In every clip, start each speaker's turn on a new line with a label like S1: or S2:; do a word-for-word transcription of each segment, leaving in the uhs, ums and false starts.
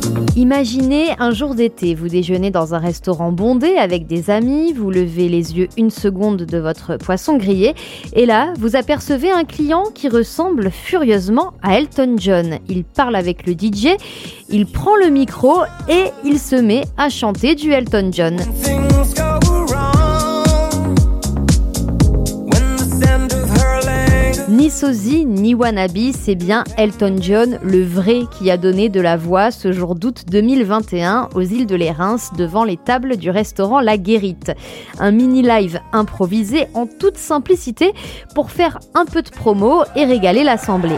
S1: Imaginez un jour d'été, vous déjeunez dans un restaurant bondé avec des amis, vous levez les yeux une seconde de votre poisson grillé et là, vous apercevez un client qui ressemble furieusement à Elton John. Il parle avec le D J, il prend le micro et il se met à chanter du Elton John. Ni sosie, ni wannabe, c'est bien Elton John, le vrai, qui a donné de la voix ce jour d'août deux mille vingt et un aux îles de l'Érins devant les tables du restaurant La Guérite. Un mini-live improvisé en toute simplicité pour faire un peu de promo et régaler l'assemblée.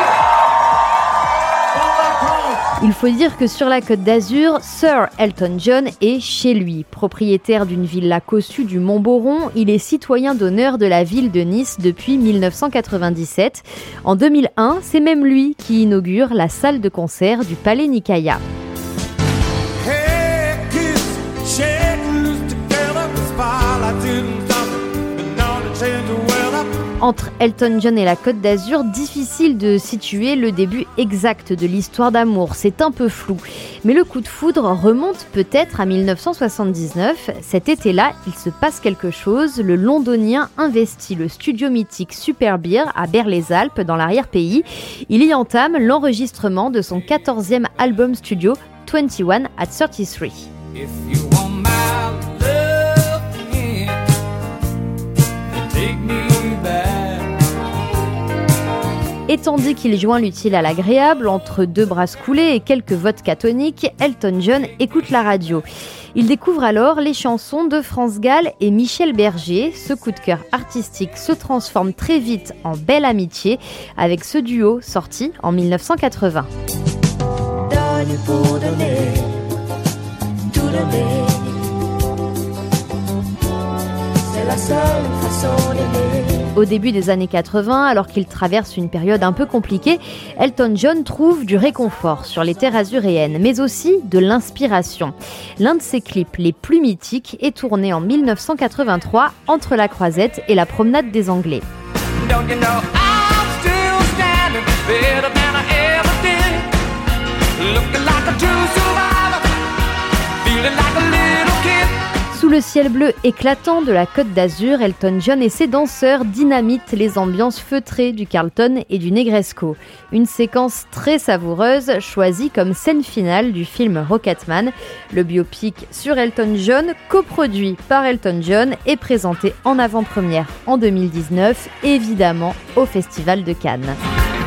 S1: Il faut dire que sur la Côte d'Azur, Sir Elton John est chez lui. Propriétaire d'une villa cossue du Mont-Boron, il est citoyen d'honneur de la ville de Nice depuis dix-neuf cent quatre-vingt-dix-sept. En deux mille un, c'est même lui qui inaugure la salle de concert du Palais Nicaïa. Entre Elton John et la Côte d'Azur, difficile de situer le début exact de l'histoire d'amour, c'est un peu flou. Mais le coup de foudre remonte peut-être à dix-neuf cent soixante-dix-neuf. Cet été-là, il se passe quelque chose. Le Londonien investit le studio mythique Superbeer à Berre-les-Alpes, dans l'arrière-pays. Il y entame l'enregistrement de son quatorzième album studio, vingt-et-un at trente-trois. If you want my love again, take me back. Et tandis qu'il joint l'utile à l'agréable, entre deux brasses coulées et quelques vodka toniques, Elton John écoute la radio. Il découvre alors les chansons de France Gall et Michel Berger. Ce coup de cœur artistique se transforme très vite en belle amitié avec ce duo sorti en dix-neuf cent quatre-vingts. Donne pour donner, tout donner, c'est la seule façon d'aimer. Au début des années quatre-vingts, alors qu'il traverse une période un peu compliquée, Elton John trouve du réconfort sur les terres azuréennes, mais aussi de l'inspiration. L'un de ses clips les plus mythiques est tourné en dix-neuf cent quatre-vingt-trois entre la Croisette et la promenade des Anglais. Don't you know I'm still standing better than I ever did, looking like a true survivor, feeling like a little kid. Sous le ciel bleu éclatant de la Côte d'Azur, Elton John et ses danseurs dynamitent les ambiances feutrées du Carlton et du Negresco. Une séquence très savoureuse choisie comme scène finale du film Rocketman. Le biopic sur Elton John, coproduit par Elton John, est présenté en avant-première en deux mille dix-neuf, évidemment au Festival de Cannes.